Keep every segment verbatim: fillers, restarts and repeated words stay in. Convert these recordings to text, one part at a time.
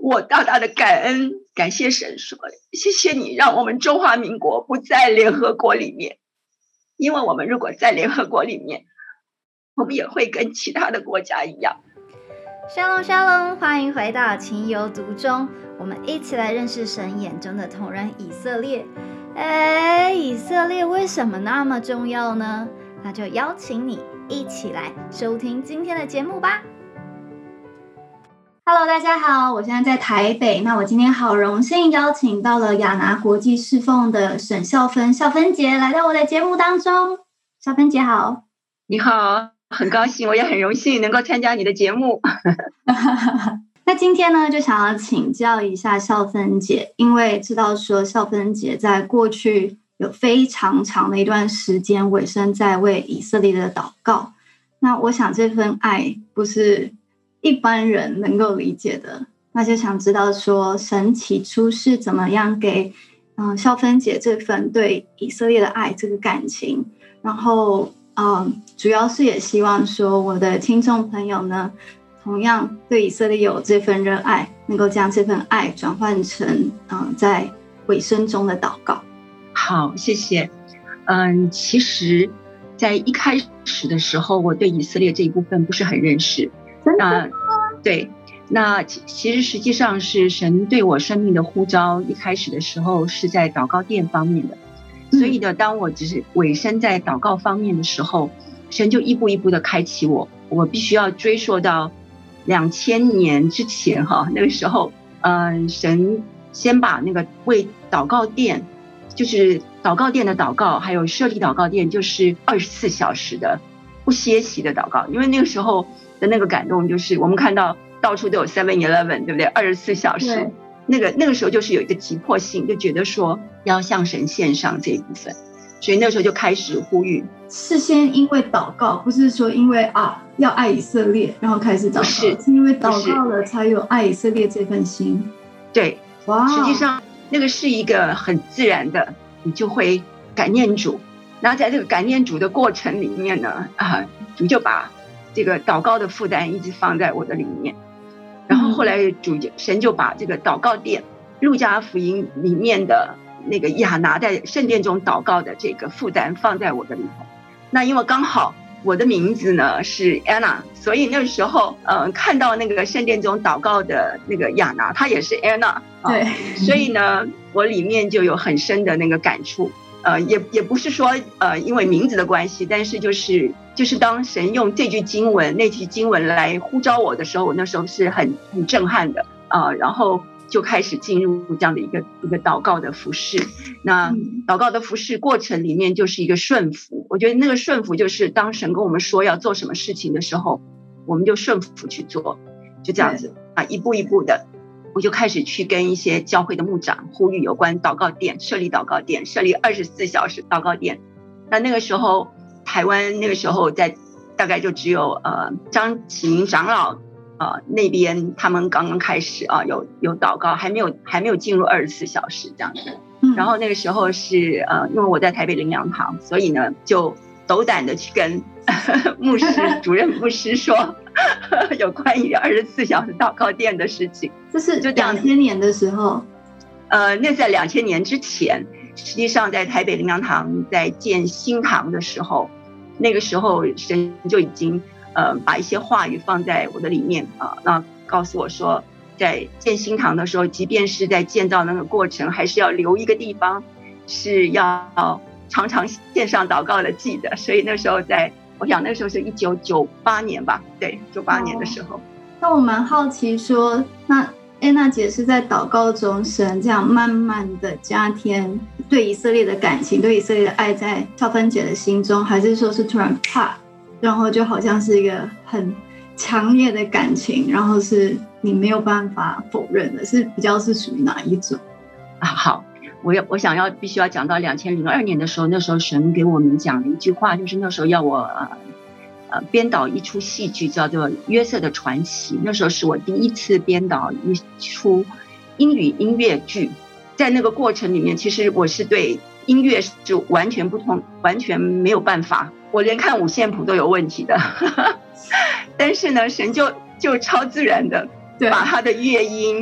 我大大的感恩，感谢神说，谢谢你让我们中华民国不在联合国里面，因为我们如果在联合国里面，我们也会跟其他的国家一样。 沙龙沙龙，欢迎回到情有独钟，我们一起来认识神眼中的同人以色列。哎，以色列为什么那么重要呢？那就邀请你一起来收听今天的节目吧。Hello， 大家好，我现在在台北。那我今天好荣幸邀请到了亚拿国际侍奉的沈孝芬孝芬姐来到我的节目当中。孝芬姐好。 你好，很高兴，我也很荣幸能够参加你的节目。 那今天呢，就想要请教一下孝芬姐，因为知道说孝芬姐在过去有非常长的一段时间委身在为以色列的祷告。那我想这份爱不是一般人能够理解的，那就想知道说神起初是怎么样给嗯孝芬姐这份对以色列的爱这个感情，然后嗯主要是也希望说我的听众朋友呢，同样对以色列有这份热爱，能够将这份爱转换成嗯在委身中的祷告。 好，谢谢。嗯，其实在一开始的时候，我对以色列这一部分不是很认识。那对，那其实实际上是神对我生命的呼召，一开始的时候是在祷告殿方面的，所以呢，当我只是委身在祷告方面的时候，神就一步一步的开启我。我必须要追溯到两千年之前哈，那个时候，嗯、呃，神先把那个为祷告殿，就是祷告殿的祷告，还有设立祷告殿，就是二十四小时的不歇息的祷告，因为那个时候的那个感动就是我们看到到处都有 seven eleven 对不对，二十四小时，那个那个时候就是有一个急迫性，就觉得说要向神献上这一部分，所以那时候就开始呼吁。 是先因为祷告，不是说因为啊要爱以色列然后开始祷告，是, 是因为祷告了才有爱以色列这份心。 对，哇，实际上那个是一个很自然的，你就会感念主，然后在这个感念主的过程里面呢，啊，主就把这个祷告的负担一直放在我的里面，然后后来主神就把这个祷告殿，路加福音里面的那个亚拿在圣殿中祷告的这个负担放在我的里头。那因为刚好我的名字呢是 Anna， 所以那时候呃看到那个圣殿中祷告的那个亚拿，她也是 Anna， 对、啊，所以呢我里面就有很深的那个感触。呃，也也不是说呃因为名字的关系，但是就是就是当神用这句经文那句经文来呼召我的时候，我那时候是很很震撼的啊、呃，然后就开始进入这样的一个一个祷告的服事。那祷告的服事过程里面就是一个顺服，我觉得那个顺服就是当神跟我们说要做什么事情的时候，我们就顺服去做，就这样子啊，一步一步的。我就开始去跟一些教会的牧长呼吁有关祷告殿，设立祷告殿，设立二十四小时祷告殿。那那个时候台湾那个时候在大概就只有呃张启明长老呃那边他们刚刚开始啊、呃、有有祷告，还没有还没有进入二十四小时这样子。然后那个时候是呃因为我在台北灵粮堂，所以呢就斗胆的去跟牧师主任牧师说有关于二十四小时祷告殿的事情。 这是就两千年的时候， 呃，那在两千年之前，实际上在台北灵粮堂在建新堂的时候，那个时候神就已经呃把一些话语放在我的里面啊，那告诉我说，在建新堂的时候，即便是在建造那个过程，还是要留一个地方是要常常献上祷告的祭的。所以那时候在，我想那时候是一九九八年吧，对，九八年的时候。哦， 那我蛮好奇说，那安娜姐是在祷告中，神这样慢慢的加添对以色列的感情，对以色列的爱在孝芬姐的心中，还是说是突然啪，然后就好像是一个很强烈的感情，然后是你没有办法否认的，是比较是属于哪一种啊？好，我我想要必须要讲到两千零二年的时候，那时候神给我们讲了一句话，就是那时候要我呃呃编导一出戏剧叫做《约瑟的传奇》，那时候是我第一次编导一出英语音乐剧。在那个过程里面，其实我是对音乐是完全不同，完全没有办法，我连看五线谱都有问题的但是呢，神就就超自然的把他的乐音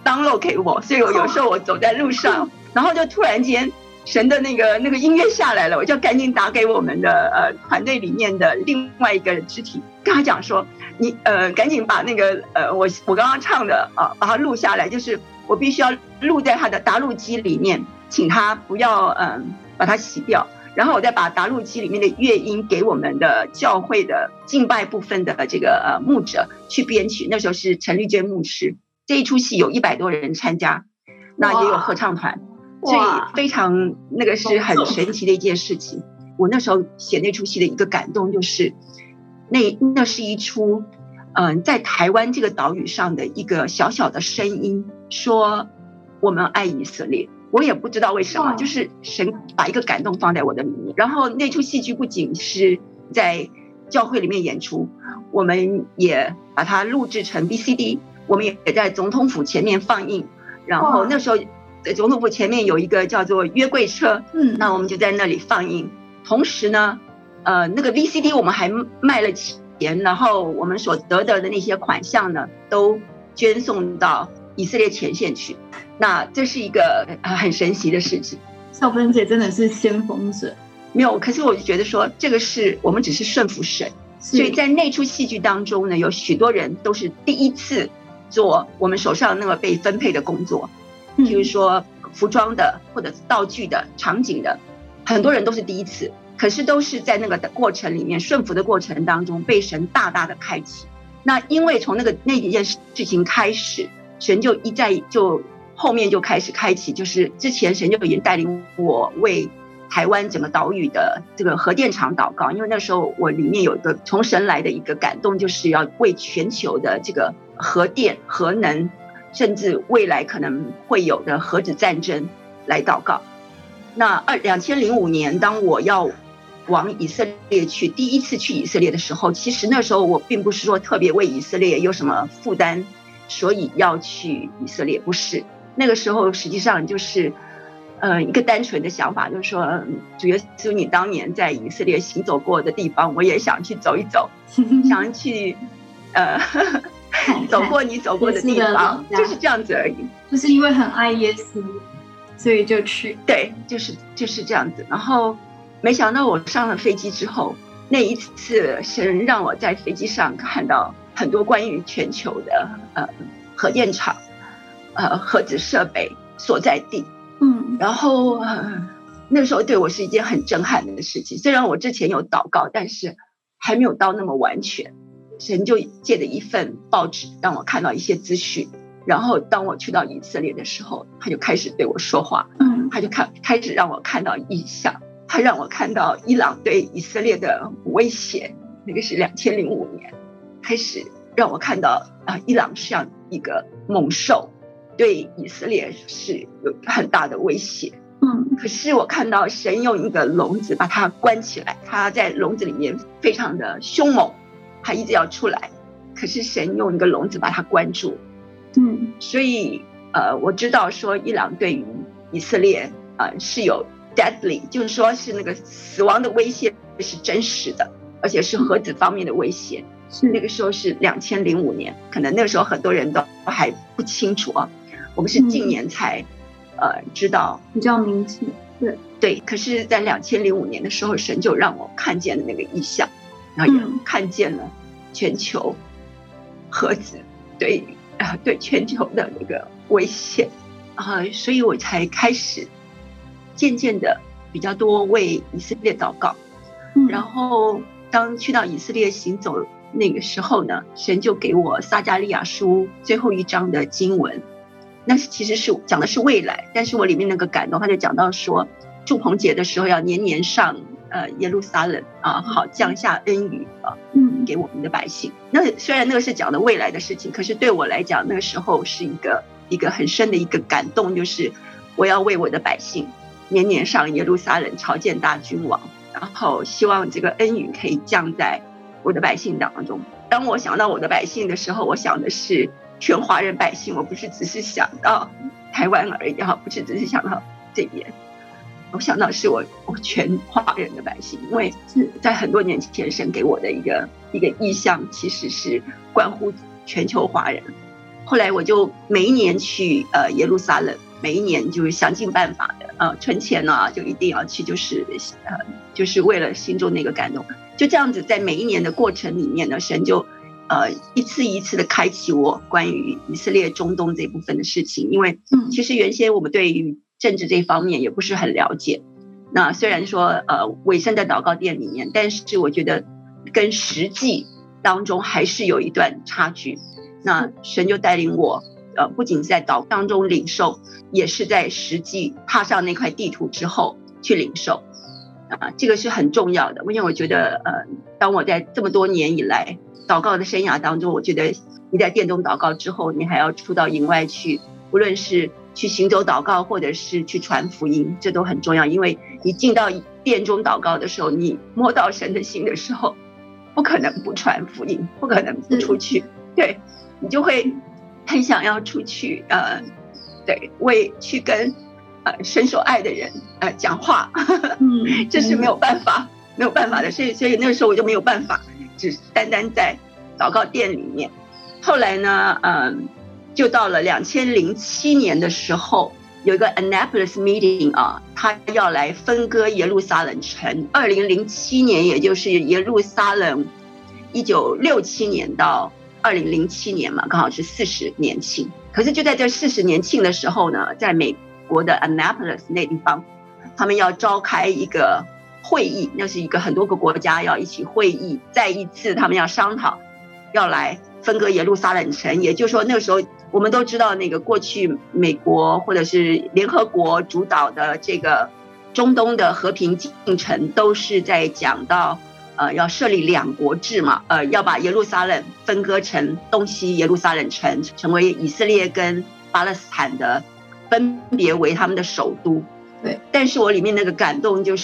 download 给我，所以我有时候我走在路上，然后就突然间神的那个那个音乐下来了，我就赶紧打给我们的呃团队里面的另外一个肢体，跟他讲说，你呃赶紧把那个呃我我刚刚唱的啊、呃、把它录下来，就是我必须要录在他的答录机里面，请他不要嗯、呃、把它洗掉，然后我再把答录机里面的乐音给我们的教会的敬拜部分的这个呃牧者去编曲，那时候是陈丽娟牧师，这一出戏有一百多人参加，那也有合唱团。所以非常那个是很神奇的一件事情。我那时候写那出戏的一个感动就是，那那是一出，嗯、呃，在台湾这个岛屿上的一个小小的声音，说我们爱以色列。我也不知道为什么，就是神把一个感动放在我的里面。然后那出戏剧不仅是在教会里面演出，我们也把它录制成 V C D， 我们也在总统府前面放映。然后那时候。在总统府前面有一个叫做约柜车，嗯，那我们就在那里放映。同时呢，呃，那个 V C D 我们还卖了钱，然后我们所得的的那些款项呢，都捐送到以色列前线去。那这是一个、呃、很神奇的事情。 少芬姐真的是先锋者， 没有。可是我就觉得说，这个是我们只是顺服神，所以在那出戏剧当中呢，有许多人都是第一次做我们手上那个被分配的工作。譬如说服装的或者道具的场景的，很多人都是第一次，可是都是在那个过程里面顺服的过程当中被神大大的开启。那因为从那个那几件事情开始，神就一再就后面就开始开启，就是之前神就已经带领我为台湾整个岛屿的这个核电厂祷告，因为那时候我里面有一个从神来的一个感动，就是要为全球的这个核电核能甚至未来可能会有的核子战争来祷告。那二两千零五年，当我要往以色列去，第一次去以色列的时候，其实那时候我并不是说特别为以色列有什么负担，所以要去以色列，不是。那个时候实际上就是，呃，一个单纯的想法，就是说，主耶稣，你当年在以色列行走过的地方，我也想去走一走，想去，呃。走过你走过的地方，就是这样子而已。 就是因为很爱耶稣，所以就去。 对，就是就是这样子。然后没想到我上了飞机之后，那一次神让我在飞机上看到很多关于全球的呃核电厂、呃核子设备所在地。嗯，然后呃那时候对我是一件很震撼的事情。虽然我之前有祷告，但是还没有到那么完全。神就借着一份报纸让我看到一些资讯，然后当我去到以色列的时候，他就开始对我说话，嗯，他就看开始让我看到异象，他让我看到伊朗对以色列的威胁，那个是两千零五年，开始让我看到啊、呃，伊朗像一个猛兽，对以色列是有很大的威胁，嗯，可是我看到神用一个笼子把它关起来，他在笼子里面非常的凶猛。他一直要出来，可是神用一个笼子把他关住。嗯，所以呃，我知道说伊朗对于以色列呃是有 deadly， 就是说是那个死亡的威胁是真实的，而且是核子方面的威胁。是那个时候是两千零五年，可能那个时候很多人都还不清楚啊。我们是近年才、嗯、呃知道比较明确。对对，可是，在两千零五年的时候，神就让我看见了那个异象。然后也看见了全球核子对啊对全球的那个威胁啊，所以我才开始渐渐的比较多为以色列祷告。然后当去到以色列行走那个时候呢，神就给我撒迦利亚书最后一章的经文，那其实是讲的是未来，但是我里面那个感动，他就讲到说，住棚节的时候要年年上。呃，耶路撒冷啊，好降下恩雨啊，嗯，给我们的百姓。那虽然那个是讲的未来的事情，可是对我来讲，那个时候是一个一个很深的一个感动，就是我要为我的百姓年年上耶路撒冷朝见大君王，然后希望这个恩雨可以降在我的百姓当中。当我想到我的百姓的时候，我想的是全华人百姓，我不是只是想到台湾而已哈，不是只是想到这边。我想到是我我全华人的百姓，因为在很多年前神给我的一个一个意向，其实是关乎全球华人。 后来我就每一年去呃耶路撒冷，每一年就是想尽办法的呃存钱啊，就一定要去，就是呃就是为了心中那个感动。就这样子，在每一年的过程里面呢，神就呃一次一次的开启我关于以色列中东这部分的事情。因为其实原先我们对于政治这方面也不是很了解。那虽然说呃委身在祷告殿里面，但是我觉得跟实际当中还是有一段差距。那神就带领我呃不仅在祷当中领受，也是在实际踏上那块地图之后去领受啊，这个是很重要的。因为我觉得呃当我在这么多年以来祷告的生涯当中，我觉得你在殿中祷告之后，你还要出到营外去，无论是去行走祷告或者是去传福音，这都很重要。因为你进到殿中祷告的时候，你摸到神的心的时候，不可能不传福音，不可能不出去，对，你就会很想要出去，呃，对，为去跟呃深受爱的人呃讲话，嗯，这是没有办法，没有办法的。所以，所以那个时候我就没有办法，只是单单在祷告殿里面。后来呢，嗯、呃，就到了两千零七年的时候，有一个 Annapolis meeting 啊，他要来分割耶路撒冷城。二零零七年，也就是耶路撒冷一九六七年到二零零七年嘛，刚好是四十年庆。可是就在这四十年庆的时候呢，在美国的 Annapolis 那地方，他们要召开一个会议，那是一个很多个国家要一起会议，再一次他们要商讨，要来分割耶路撒冷城。也就是说，那个时候我们都知道，那个过去美国或者是联合国主导的这个中东的和平进程，都是在讲到呃，要设立两国制嘛，呃，要把耶路撒冷分割成东西耶路撒冷城，成为以色列跟巴勒斯坦的分别为他们的首都。 对， 但是我里面那个感动就是，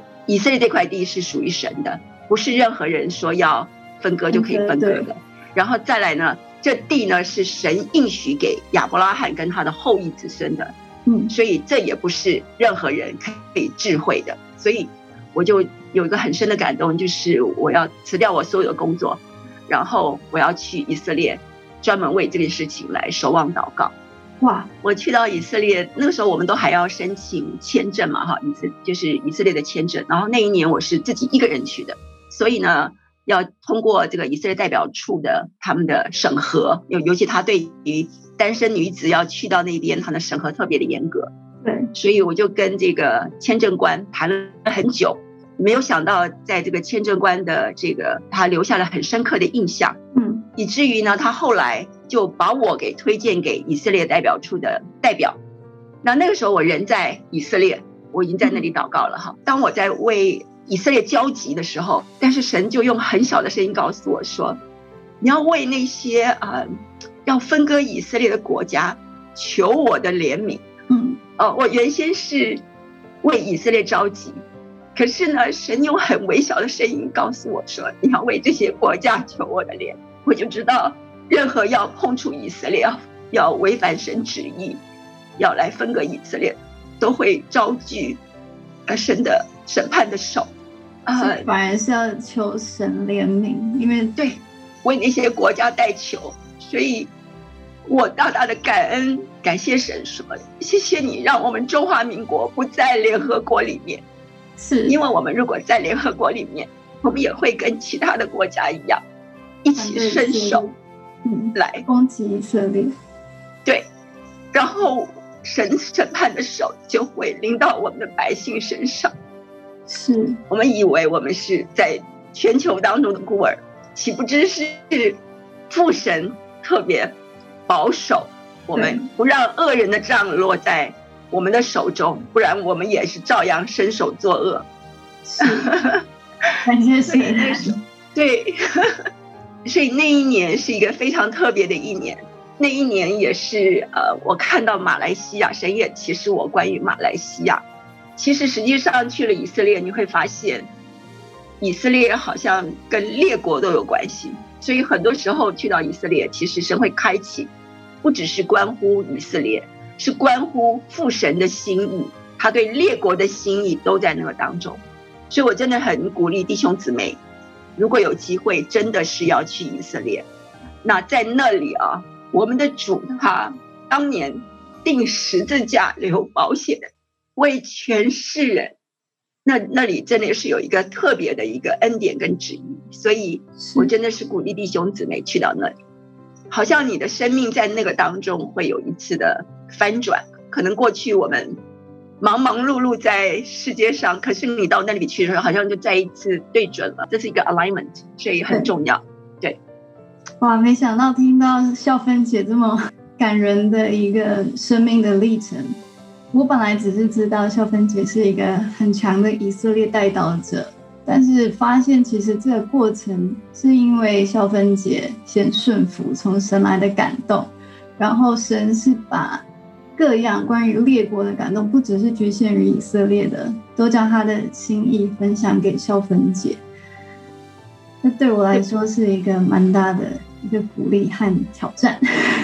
以色列这块地是属于神的，不是任何人说要分割就可以分割的。然后再来呢，这地呢是神应许给亚伯拉罕跟他的后裔子孙的，嗯，所以这也不是任何人可以智慧的。所以我就有一个很深的感动，就是我要辞掉我所有的工作，然后我要去以色列，专门为这件事情来守望祷告。哇！我去到以色列，那个时候我们都还要申请签证嘛，哈，就是以色列的签证。然后那一年我是自己一个人去的，所以呢，要通过这个以色列代表处的他们的审核，尤尤其他对于单身女子要去到那边，他的审核特别的严格。对，所以我就跟这个签证官谈了很久。没有想到在这个签证官的这个他留下了很深刻的印象，嗯，以至于呢他后来就把我给推荐给以色列代表处的代表。那那个时候我人在以色列，我已经在那里祷告了哈。当我在为以色列焦急的时候，但是神就用很小的声音告诉我说，你要为那些呃要分割以色列的国家求我的怜悯。嗯，呃，我原先是为以色列着急，可是呢，神用很微小的声音告诉我说，你要为这些国家求我的怜。我就知道，任何要碰触以色列，要违反神旨意，要来分割以色列，都会招聚呃神的审判的手。 呃，反而是要求神怜悯，因为对为那些国家代求。所以我大大的感恩，感谢神说，谢谢你让我们中华民国不在联合国里面。是因为我们如果在联合国里面，我们也会跟其他的国家一样，一起伸手来攻击以色列。 对，然后神审判的手就会临到我们的百姓身上。是我们以为我们是在全球当中的孤儿，岂不知是父神特别保守我们，不让恶人的杖落在我们的手中，不然我们也是照样伸手作恶。 是，感谢神。 对，所以那一年是一个非常特别的一年。那一年也是呃，我看到马来西亚，神也启示我关于马来西亚。其实实际上去了以色列，你会发现以色列好像跟列国都有关系。所以很多时候去到以色列，其实神会开启，不只是关乎以色列，是关乎父神的心意，他对列国的心意都在那个当中。所以我真的很鼓励弟兄姊妹，如果有机会真的是要去以色列，那在那里啊， 我们的主他当年钉十字架流宝血，为全世人，那那里真的是有一个特别的一个恩典跟旨意，所以我真的是鼓励弟兄姊妹去到那里，好像你的生命在那个当中会有一次的翻转。可能过去我们忙忙碌碌在世界上，可是你到那里去的时候，好像就再一次对准了，这是一个 alignment， 所以很重要。对， 哇，没想到听到孝芬姐这么感人的一个生命的历程。我本来只是知道孝芬姐是一个很强的以色列代祷者，但是发现其实这个过程是因为孝芬姐先顺服从神来的感动，然后神是把各样关于列国的感动，不只是局限于以色列的，都将他的心意分享给孝芬姐。那对我来说是一个蛮大的一个鼓励和挑战。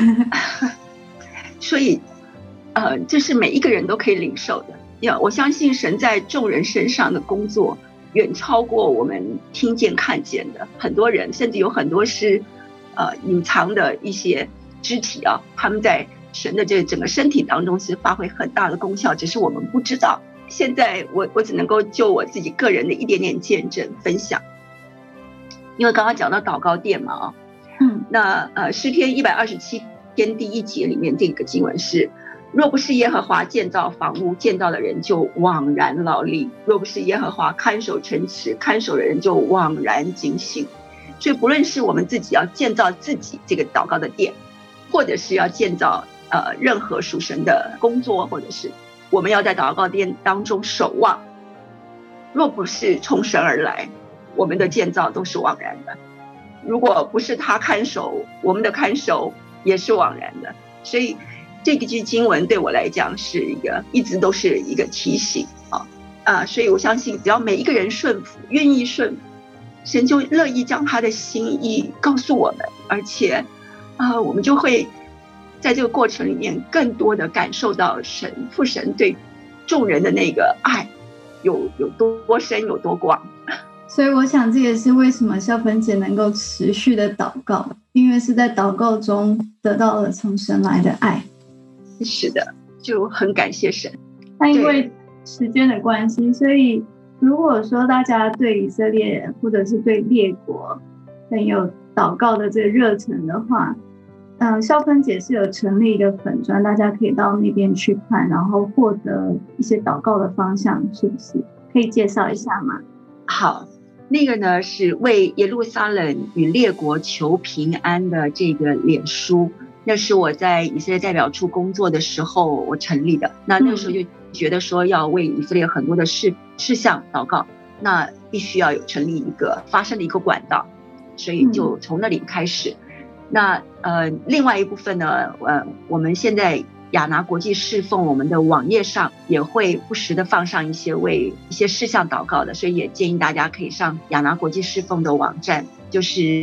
所以呃，这是每一个人都可以领受的。要我相信神在众人身上的工作远超过我们听见看见的。很多人甚至有很多是呃隐藏的一些肢体啊，他们在神的这整个身体当中是发挥很大的功效，只是我们不知道。现在我我只能够就我自己个人的一点点见证分享。因为刚刚讲到祷告殿嘛啊，嗯，那呃诗篇一百二十七篇第一节里面这个经文是：若不是耶和华建造房屋，建造的人就枉然劳力；若不是耶和华看守城池，看守的人就枉然警醒。所以不论是我们自己要建造自己这个祷告的殿，或者是要建造呃任何属神的工作，或者是我们要在祷告殿当中守望，若不是从神而来，我们的建造都是枉然的。如果不是他看守，我们的看守也是枉然的。所以这个句经文对我来讲是一个一直都是一个提醒啊啊！所以我相信，只要每一个人顺服，愿意顺服，神就乐意将他的心意告诉我们，而且啊，我们就会在这个过程里面更多的感受到神父神对众人的那个爱有有多深有多广。 所以我想这也是为什么孝芬姐能够持续的祷告，因为是在祷告中得到了从神来的爱。 是的，就很感谢神。 那因为时间的关系，所以如果说大家对以色列或者是对列国很有祷告的这个热忱的话，嗯，孝芬姐是有成立一个粉专，大家可以到那边去看，然后获得一些祷告的方向，是不是？可以介绍一下吗？ 好，那个呢是为耶路撒冷与列国求平安的这个脸书，那是我在以色列代表处工作的时候我成立的。那那个时候就觉得说要为以色列很多的事事项祷告，那必须要有成立一个发声的一个管道，所以就从那里开始。那呃，另外一部分呢，呃，我们现在亚拿国际侍奉我们的网页上也会不时的放上一些为一些事项祷告的，所以也建议大家可以上亚拿国际侍奉的网站，就是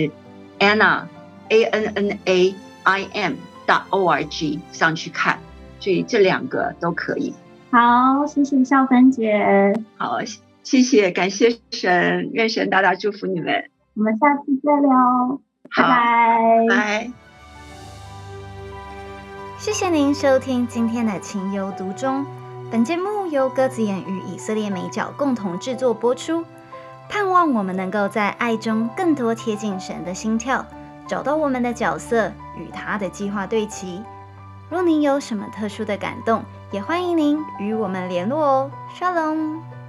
Anna A N N A I M dot O R G 上去看，所以这两个都可以。 好，谢谢孝芬姐。 好，谢谢，感谢神，愿神大大祝福你们。 我们下次再聊。拜拜。 拜。 谢谢您收听今天的情有独钟。本节目由鸽子眼与以色列美角共同制作播出，盼望我们能够在爱中更多贴近神的心跳，找到我们的角色，与他的计划对齐。若您有什么特殊的感动，也欢迎您与我们联络哦。Shalom。